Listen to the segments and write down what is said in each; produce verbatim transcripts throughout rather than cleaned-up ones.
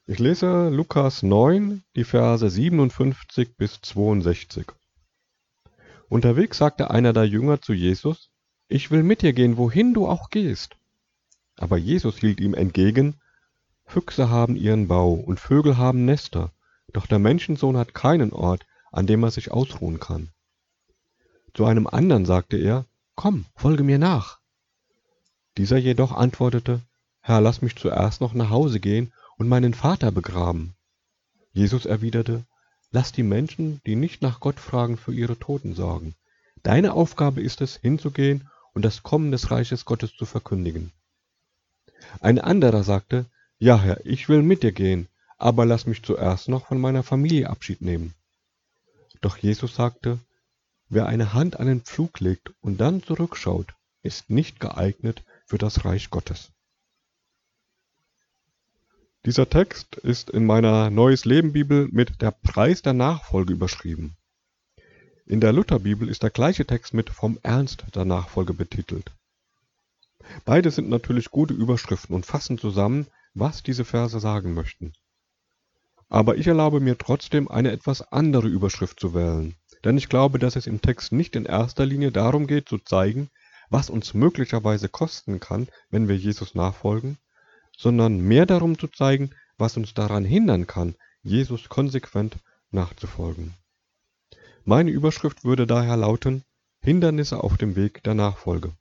Ich lese Lukas neun, die Verse siebenundfünfzig bis zweiundsechzig. Unterwegs sagte einer der Jünger zu Jesus: Ich will mit dir gehen, wohin du auch gehst. Aber Jesus hielt ihm entgegen: Füchse haben ihren Bau und Vögel haben Nester, doch der Menschensohn hat keinen Ort, an dem er sich ausruhen kann. Zu einem anderen sagte er: Komm, folge mir nach. Dieser jedoch antwortete: Herr, lass mich zuerst noch nach Hause gehen und meinen Vater begraben. Jesus erwiderte: Lass die Menschen, die nicht nach Gott fragen, für ihre Toten sorgen. Deine Aufgabe ist es, hinzugehen und das Kommen des Reiches Gottes zu verkündigen. Ein anderer sagte: Ja, Herr, ich will mit dir gehen, aber lass mich zuerst noch von meiner Familie Abschied nehmen. Doch Jesus sagte: Wer eine Hand an den Pflug legt und dann zurückschaut, ist nicht geeignet für das Reich Gottes. Dieser Text ist in meiner Neues Leben Bibel mit der Preis der Nachfolge überschrieben. In der Lutherbibel ist der gleiche Text mit vom Ernst der Nachfolge betitelt. Beide sind natürlich gute Überschriften und fassen zusammen, was diese Verse sagen möchten. Aber ich erlaube mir trotzdem, eine etwas andere Überschrift zu wählen, denn ich glaube, dass es im Text nicht in erster Linie darum geht, zu zeigen, was uns möglicherweise kosten kann, wenn wir Jesus nachfolgen, sondern mehr darum zu zeigen, was uns daran hindern kann, Jesus konsequent nachzufolgen. Meine Überschrift würde daher lauten: Hindernisse auf dem Weg der Nachfolge.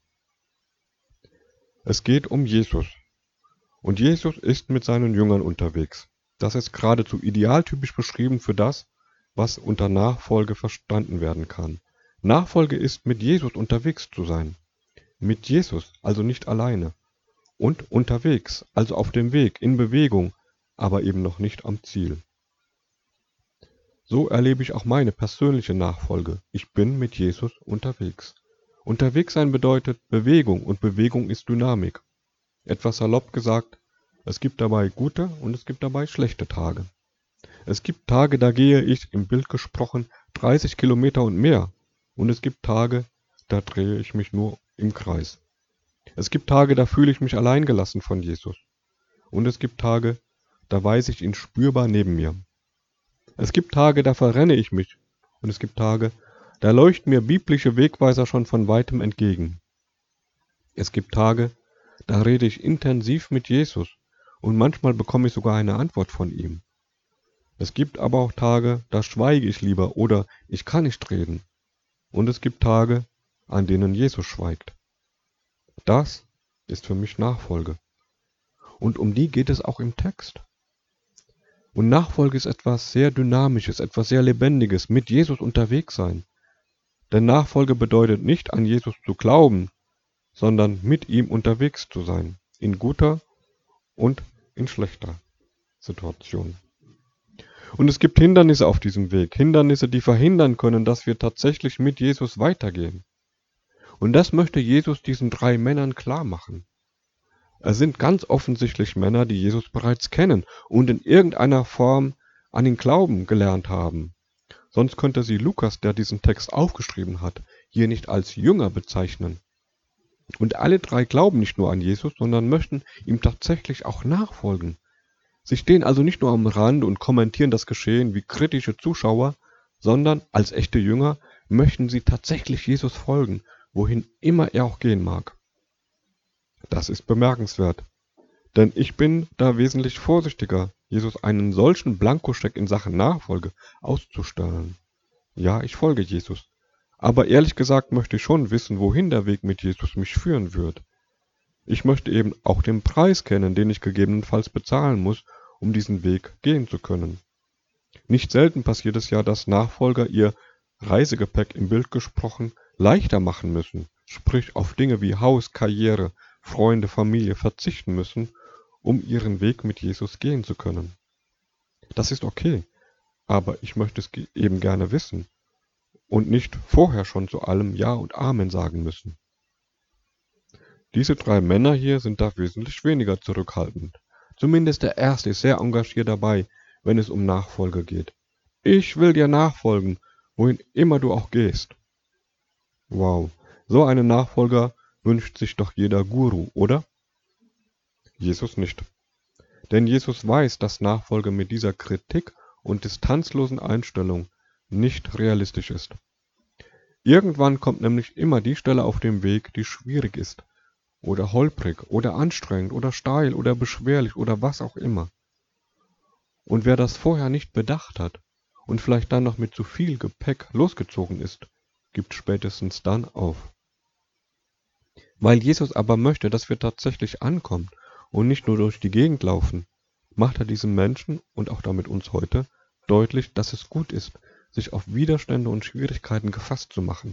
Es geht um Jesus. Und Jesus ist mit seinen Jüngern unterwegs. Das ist geradezu idealtypisch beschrieben für das, was unter Nachfolge verstanden werden kann. Nachfolge ist, mit Jesus unterwegs zu sein. Mit Jesus, also nicht alleine. Und unterwegs, also auf dem Weg, in Bewegung, aber eben noch nicht am Ziel. So erlebe ich auch meine persönliche Nachfolge. Ich bin mit Jesus unterwegs. Unterwegs sein bedeutet Bewegung, und Bewegung ist Dynamik. Etwas salopp gesagt, es gibt dabei gute und es gibt dabei schlechte Tage. Es gibt Tage, da gehe ich, im Bild gesprochen, dreißig Kilometer und mehr. Und es gibt Tage, da drehe ich mich nur im Kreis. Es gibt Tage, da fühle ich mich alleingelassen von Jesus. Und es gibt Tage, da weiß ich ihn spürbar neben mir. Es gibt Tage, da verrenne ich mich. Und es gibt Tage, da leuchten mir biblische Wegweiser schon von weitem entgegen. Es gibt Tage, da rede ich intensiv mit Jesus und manchmal bekomme ich sogar eine Antwort von ihm. Es gibt aber auch Tage, da schweige ich lieber oder ich kann nicht reden. Und es gibt Tage, an denen Jesus schweigt. Das ist für mich Nachfolge. Und um die geht es auch im Text. Und Nachfolge ist etwas sehr Dynamisches, etwas sehr Lebendiges, mit Jesus unterwegs sein. Denn Nachfolge bedeutet nicht, an Jesus zu glauben, sondern mit ihm unterwegs zu sein, in guter und in schlechter Situation. Und es gibt Hindernisse auf diesem Weg, Hindernisse, die verhindern können, dass wir tatsächlich mit Jesus weitergehen. Und das möchte Jesus diesen drei Männern klar machen. Es sind ganz offensichtlich Männer, die Jesus bereits kennen und in irgendeiner Form an ihn glauben gelernt haben. Sonst könnte sie Lukas, der diesen Text aufgeschrieben hat, hier nicht als Jünger bezeichnen. Und alle drei glauben nicht nur an Jesus, sondern möchten ihm tatsächlich auch nachfolgen. Sie stehen also nicht nur am Rand und kommentieren das Geschehen wie kritische Zuschauer, sondern als echte Jünger möchten sie tatsächlich Jesus folgen, wohin immer er auch gehen mag. Das ist bemerkenswert, denn ich bin da wesentlich vorsichtiger, Jesus einen solchen Blankoscheck in Sachen Nachfolge auszustellen. Ja, ich folge Jesus, aber ehrlich gesagt möchte ich schon wissen, wohin der Weg mit Jesus mich führen wird. Ich möchte eben auch den Preis kennen, den ich gegebenenfalls bezahlen muss, um diesen Weg gehen zu können. Nicht selten passiert es ja, dass Nachfolger ihr Reisegepäck im Bild gesprochen leichter machen müssen, sprich auf Dinge wie Haus, Karriere, Freunde, Familie verzichten müssen, um ihren Weg mit Jesus gehen zu können. Das ist okay, aber ich möchte es eben gerne wissen und nicht vorher schon zu allem Ja und Amen sagen müssen. Diese drei Männer hier sind da wesentlich weniger zurückhaltend. Zumindest der erste ist sehr engagiert dabei, wenn es um Nachfolge geht. Ich will dir nachfolgen, wohin immer du auch gehst. Wow, so einen Nachfolger wünscht sich doch jeder Guru, oder? Jesus nicht. Denn Jesus weiß, dass Nachfolge mit dieser Kritik und distanzlosen Einstellung nicht realistisch ist. Irgendwann kommt nämlich immer die Stelle auf dem Weg, die schwierig ist oder holprig oder anstrengend oder steil oder beschwerlich oder was auch immer. Und wer das vorher nicht bedacht hat und vielleicht dann noch mit zu viel Gepäck losgezogen ist, gibt spätestens dann auf. Weil Jesus aber möchte, dass wir tatsächlich ankommen und nicht nur durch die Gegend laufen, macht er diesen Menschen und auch damit uns heute deutlich, dass es gut ist, sich auf Widerstände und Schwierigkeiten gefasst zu machen.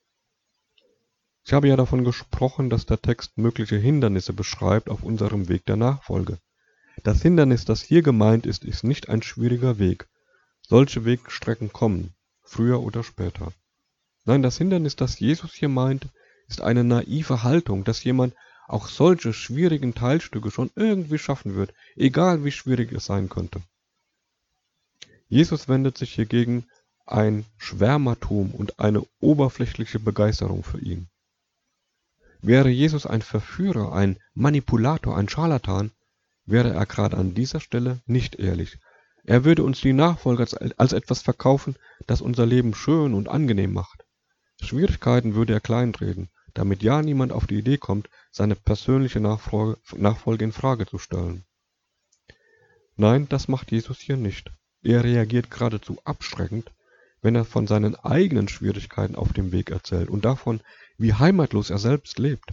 Ich habe ja davon gesprochen, dass der Text mögliche Hindernisse beschreibt auf unserem Weg der Nachfolge. Das Hindernis, das hier gemeint ist, ist nicht ein schwieriger Weg. Solche Wegstrecken kommen, früher oder später. Nein, das Hindernis, das Jesus hier meint, ist eine naive Haltung, dass jemand auch solche schwierigen Teilstücke schon irgendwie schaffen wird, egal wie schwierig es sein könnte. Jesus wendet sich hier gegen ein Schwärmertum und eine oberflächliche Begeisterung für ihn. Wäre Jesus ein Verführer, ein Manipulator, ein Scharlatan, wäre er gerade an dieser Stelle nicht ehrlich. Er würde uns die Nachfolge als, als etwas verkaufen, das unser Leben schön und angenehm macht. Schwierigkeiten würde er kleinreden, damit ja niemand auf die Idee kommt, seine persönliche Nachfolge, Nachfolge in Frage zu stellen. Nein, das macht Jesus hier nicht. Er reagiert geradezu abschreckend, wenn er von seinen eigenen Schwierigkeiten auf dem Weg erzählt und davon, wie heimatlos er selbst lebt.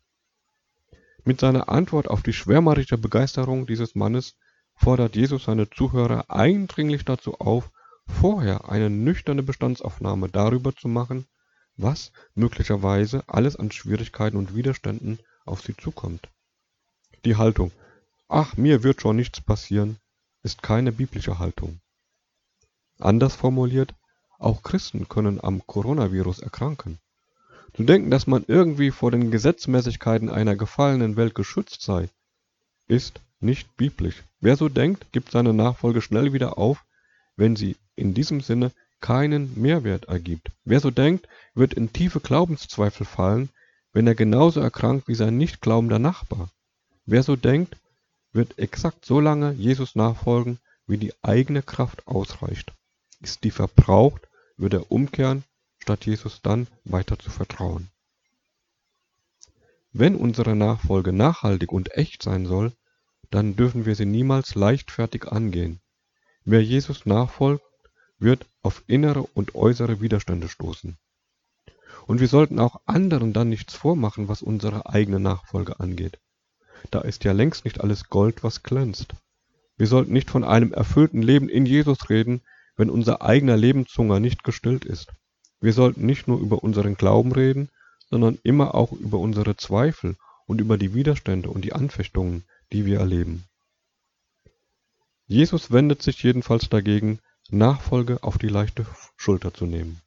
Mit seiner Antwort auf die schwärmerische Begeisterung dieses Mannes fordert Jesus seine Zuhörer eindringlich dazu auf, vorher eine nüchterne Bestandsaufnahme darüber zu machen, was möglicherweise alles an Schwierigkeiten und Widerständen auf sie zukommt. Die Haltung, ach, mir wird schon nichts passieren, ist keine biblische Haltung. Anders formuliert, auch Christen können am Coronavirus erkranken. Zu denken, dass man irgendwie vor den Gesetzmäßigkeiten einer gefallenen Welt geschützt sei, ist nicht biblisch. Wer so denkt, gibt seine Nachfolge schnell wieder auf, wenn sie in diesem Sinne keinen Mehrwert ergibt. Wer so denkt, wird in tiefe Glaubenszweifel fallen, wenn er genauso erkrankt wie sein nicht glaubender Nachbar. Wer so denkt, wird exakt so lange Jesus nachfolgen, wie die eigene Kraft ausreicht. Ist die verbraucht, wird er umkehren, statt Jesus dann weiter zu vertrauen. Wenn unsere Nachfolge nachhaltig und echt sein soll, dann dürfen wir sie niemals leichtfertig angehen. Wer Jesus nachfolgt, wird auf innere und äußere Widerstände stoßen. Und wir sollten auch anderen dann nichts vormachen, was unsere eigene Nachfolge angeht. Da ist ja längst nicht alles Gold, was glänzt. Wir sollten nicht von einem erfüllten Leben in Jesus reden, wenn unser eigener Lebenshunger nicht gestillt ist. Wir sollten nicht nur über unseren Glauben reden, sondern immer auch über unsere Zweifel und über die Widerstände und die Anfechtungen, die wir erleben. Jesus wendet sich jedenfalls dagegen, Nachfolge auf die leichte Schulter zu nehmen.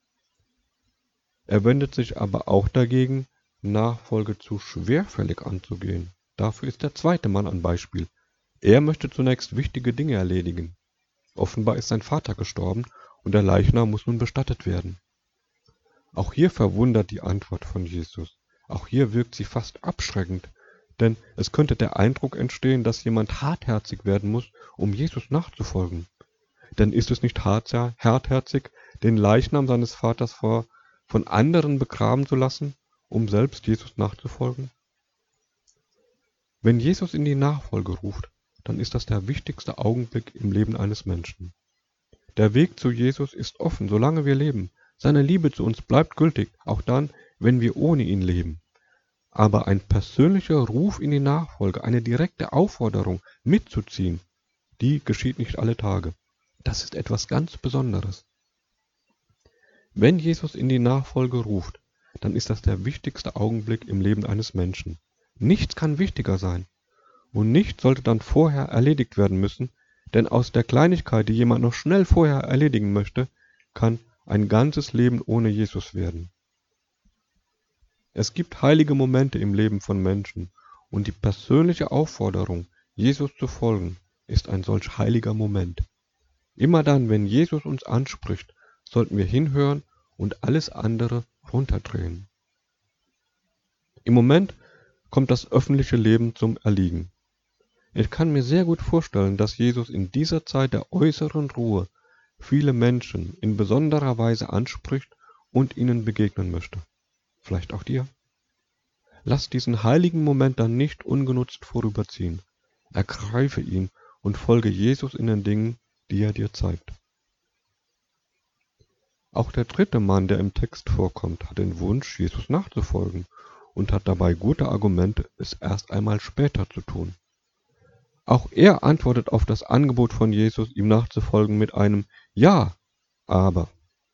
Er wendet sich aber auch dagegen, Nachfolge zu schwerfällig anzugehen. Dafür ist der zweite Mann ein Beispiel. Er möchte zunächst wichtige Dinge erledigen. Offenbar ist sein Vater gestorben und der Leichnam muss nun bestattet werden. Auch hier verwundert die Antwort von Jesus. Auch hier wirkt sie fast abschreckend, denn es könnte der Eindruck entstehen, dass jemand hartherzig werden muss, um Jesus nachzufolgen. Denn ist es nicht hartherzig, den Leichnam seines Vaters vor, von anderen begraben zu lassen, um selbst Jesus nachzufolgen? Wenn Jesus in die Nachfolge ruft, dann ist das der wichtigste Augenblick im Leben eines Menschen. Der Weg zu Jesus ist offen, solange wir leben. Seine Liebe zu uns bleibt gültig, auch dann, wenn wir ohne ihn leben. Aber ein persönlicher Ruf in die Nachfolge, eine direkte Aufforderung, mitzuziehen, die geschieht nicht alle Tage. Das ist etwas ganz Besonderes. Wenn Jesus in die Nachfolge ruft, dann ist das der wichtigste Augenblick im Leben eines Menschen. Nichts kann wichtiger sein. Und nichts sollte dann vorher erledigt werden müssen, denn aus der Kleinigkeit, die jemand noch schnell vorher erledigen möchte, kann ein ganzes Leben ohne Jesus werden. Es gibt heilige Momente im Leben von Menschen und die persönliche Aufforderung, Jesus zu folgen, ist ein solch heiliger Moment. Immer dann, wenn Jesus uns anspricht, sollten wir hinhören und alles andere runterdrehen. Im Moment kommt das öffentliche Leben zum Erliegen. Ich kann mir sehr gut vorstellen, dass Jesus in dieser Zeit der äußeren Ruhe viele Menschen in besonderer Weise anspricht und ihnen begegnen möchte. Vielleicht auch dir. Lass diesen heiligen Moment dann nicht ungenutzt vorüberziehen. Ergreife ihn und folge Jesus in den Dingen, die er dir zeigt. Auch der dritte Mann, der im Text vorkommt, hat den Wunsch, Jesus nachzufolgen und hat dabei gute Argumente, es erst einmal später zu tun. Auch er antwortet auf das Angebot von Jesus, ihm nachzufolgen, mit einem Ja, aber.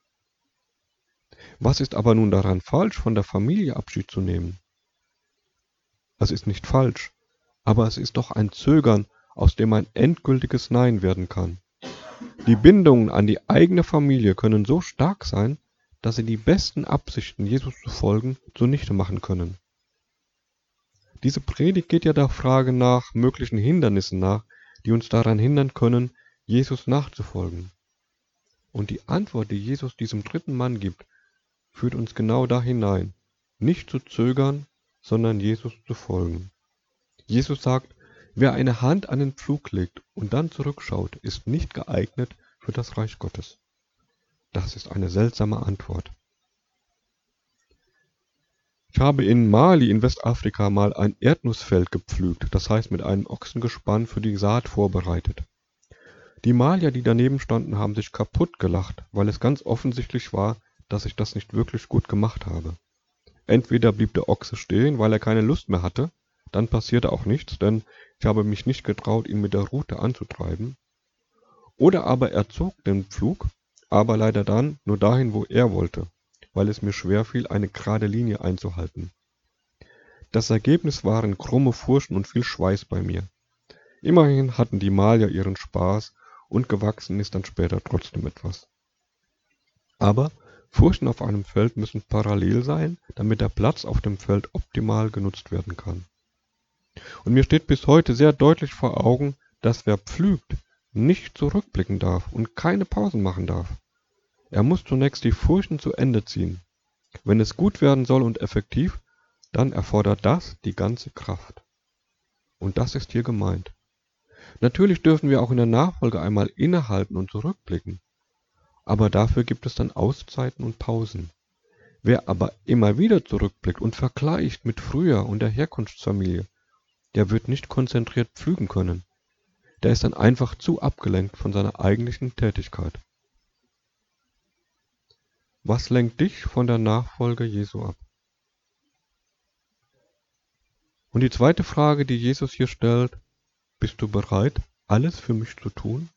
Was ist aber nun daran falsch, von der Familie Abschied zu nehmen? Es ist nicht falsch, aber es ist doch ein Zögern, aus dem ein endgültiges Nein werden kann. Die Bindungen an die eigene Familie können so stark sein, dass sie die besten Absichten, Jesus zu folgen, zunichte machen können. Diese Predigt geht ja der Frage nach möglichen Hindernissen nach, die uns daran hindern können, Jesus nachzufolgen. Und die Antwort, die Jesus diesem dritten Mann gibt, führt uns genau da hinein, nicht zu zögern, sondern Jesus zu folgen. Jesus sagt, wer eine Hand an den Pflug legt und dann zurückschaut, ist nicht geeignet für das Reich Gottes. Das ist eine seltsame Antwort. Ich habe in Mali in Westafrika mal ein Erdnussfeld gepflügt, das heißt mit einem Ochsengespann für die Saat vorbereitet. Die Malier, die daneben standen, haben sich kaputt gelacht, weil es ganz offensichtlich war, dass ich das nicht wirklich gut gemacht habe. Entweder blieb der Ochse stehen, weil er keine Lust mehr hatte, dann passierte auch nichts, denn ich habe mich nicht getraut, ihn mit der Rute anzutreiben. Oder aber er zog den Pflug, aber leider dann nur dahin, wo er wollte, weil es mir schwer fiel, eine gerade Linie einzuhalten. Das Ergebnis waren krumme Furchen und viel Schweiß bei mir. Immerhin hatten die Malier ihren Spaß und gewachsen ist dann später trotzdem etwas. Aber Furchen auf einem Feld müssen parallel sein, damit der Platz auf dem Feld optimal genutzt werden kann. Und mir steht bis heute sehr deutlich vor Augen, dass wer pflügt, nicht zurückblicken darf und keine Pausen machen darf. Er muss zunächst die Furchen zu Ende ziehen. Wenn es gut werden soll und effektiv, dann erfordert das die ganze Kraft. Und das ist hier gemeint. Natürlich dürfen wir auch in der Nachfolge einmal innehalten und zurückblicken. Aber dafür gibt es dann Auszeiten und Pausen. Wer aber immer wieder zurückblickt und vergleicht mit früher und der Herkunftsfamilie, der wird nicht konzentriert pflügen können. Der ist dann einfach zu abgelenkt von seiner eigentlichen Tätigkeit. Was lenkt dich von der Nachfolge Jesu ab? Und die zweite Frage, die Jesus hier stellt, bist du bereit, alles für mich zu tun?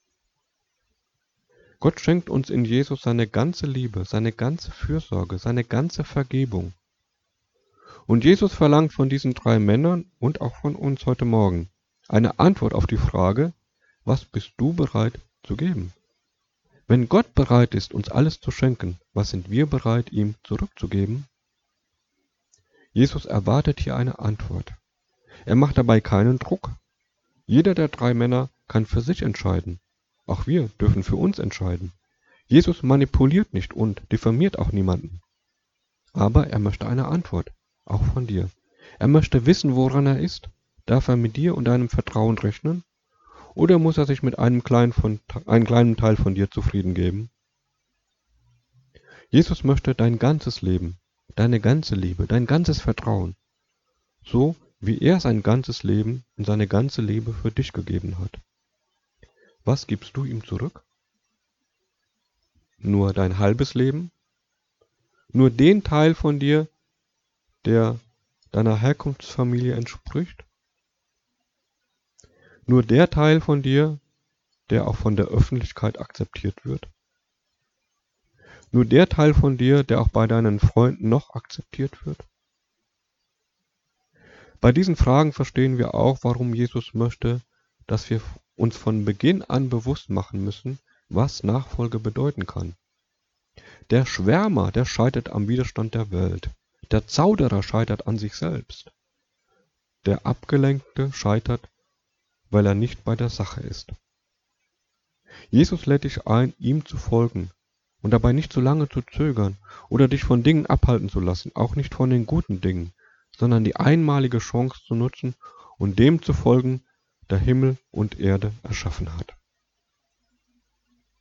Gott schenkt uns in Jesus seine ganze Liebe, seine ganze Fürsorge, seine ganze Vergebung. Und Jesus verlangt von diesen drei Männern und auch von uns heute Morgen eine Antwort auf die Frage, was bist du bereit zu geben? Wenn Gott bereit ist, uns alles zu schenken, was sind wir bereit, ihm zurückzugeben? Jesus erwartet hier eine Antwort. Er macht dabei keinen Druck. Jeder der drei Männer kann für sich entscheiden. Auch wir dürfen für uns entscheiden. Jesus manipuliert nicht und diffamiert auch niemanden. Aber er möchte eine Antwort, auch von dir. Er möchte wissen, woran er ist. Darf er mit dir und deinem Vertrauen rechnen? Oder muss er sich mit einem kleinen, von, einem kleinen Teil von dir zufrieden geben? Jesus möchte dein ganzes Leben, deine ganze Liebe, dein ganzes Vertrauen, so wie er sein ganzes Leben und seine ganze Liebe für dich gegeben hat. Was gibst du ihm zurück? Nur dein halbes Leben? Nur den Teil von dir, der deiner Herkunftsfamilie entspricht? Nur der Teil von dir, der auch von der Öffentlichkeit akzeptiert wird? Nur der Teil von dir, der auch bei deinen Freunden noch akzeptiert wird? Bei diesen Fragen verstehen wir auch, warum Jesus möchte, dass wir uns von Beginn an bewusst machen müssen, was Nachfolge bedeuten kann. Der Schwärmer, der scheitert am Widerstand der Welt. Der Zauderer scheitert an sich selbst. Der Abgelenkte scheitert, weil er nicht bei der Sache ist. Jesus lädt dich ein, ihm zu folgen und dabei nicht zu lange zu zögern oder dich von Dingen abhalten zu lassen, auch nicht von den guten Dingen, sondern die einmalige Chance zu nutzen und dem zu folgen, der Himmel und Erde erschaffen hat.